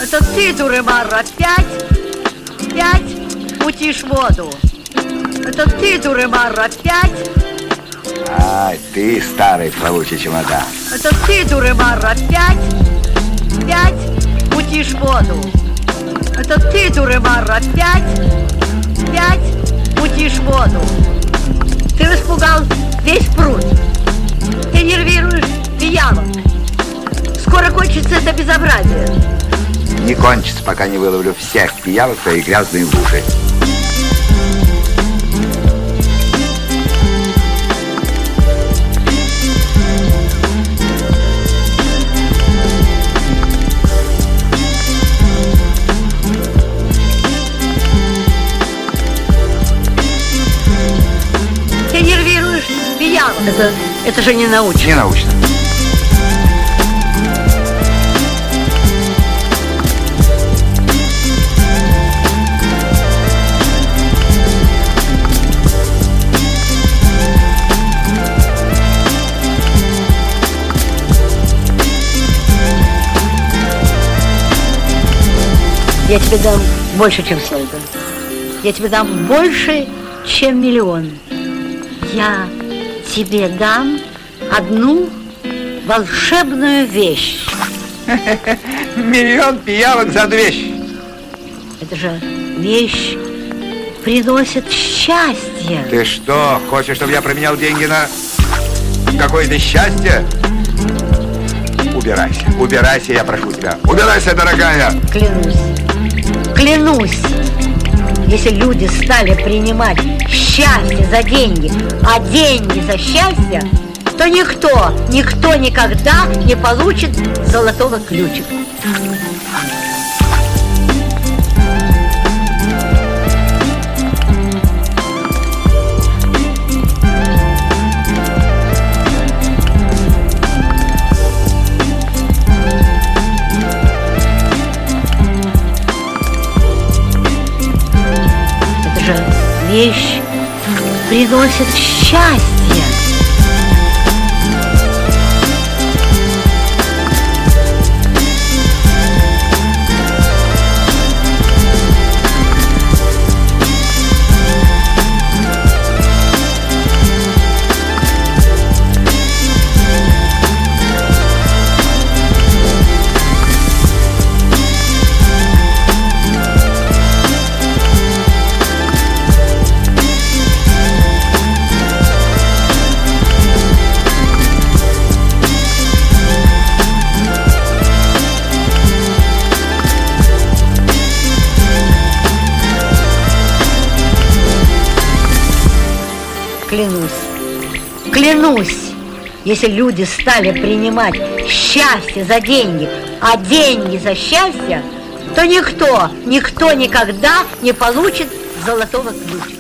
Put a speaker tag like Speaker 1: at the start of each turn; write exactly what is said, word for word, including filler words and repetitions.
Speaker 1: Это ты, Дуремар, опять? Опять мутишь воду? Это ты, Дуремар, опять?
Speaker 2: Ай, ты, старый плавучий чемодан.
Speaker 1: Это ты, Дуремар, опять? Опять мутишь воду? Это ты, Дуремар, опять? Опять мутишь воду? Ты испугал весь пруд. Ты нервируешь пиявок. Скоро кончится это безобразие.
Speaker 2: Не кончится, пока не выловлю всех пиявок твои грязные уши.
Speaker 1: Ты нервируешь пиявок. Это, это же не научно.
Speaker 2: Не научно.
Speaker 1: Я тебе дам больше, чем все это. Я тебе дам больше, чем миллион. Я тебе дам одну волшебную вещь.
Speaker 2: Миллион пиявок за вещь.
Speaker 1: Это же вещь приносит счастье.
Speaker 2: Ты что, хочешь, чтобы я променял деньги на какое-то счастье? Убирайся, убирайся, я прошу тебя. Убирайся, дорогая.
Speaker 1: Клянусь, клянусь, если люди стали принимать счастье за деньги, а деньги за счастье, то никто, никто никогда не получит золотого ключика. Вещь приносит счастье. Клянусь, клянусь, если люди стали принимать счастье за деньги, а деньги за счастье, то никто, никто никогда не получит золотого ключика.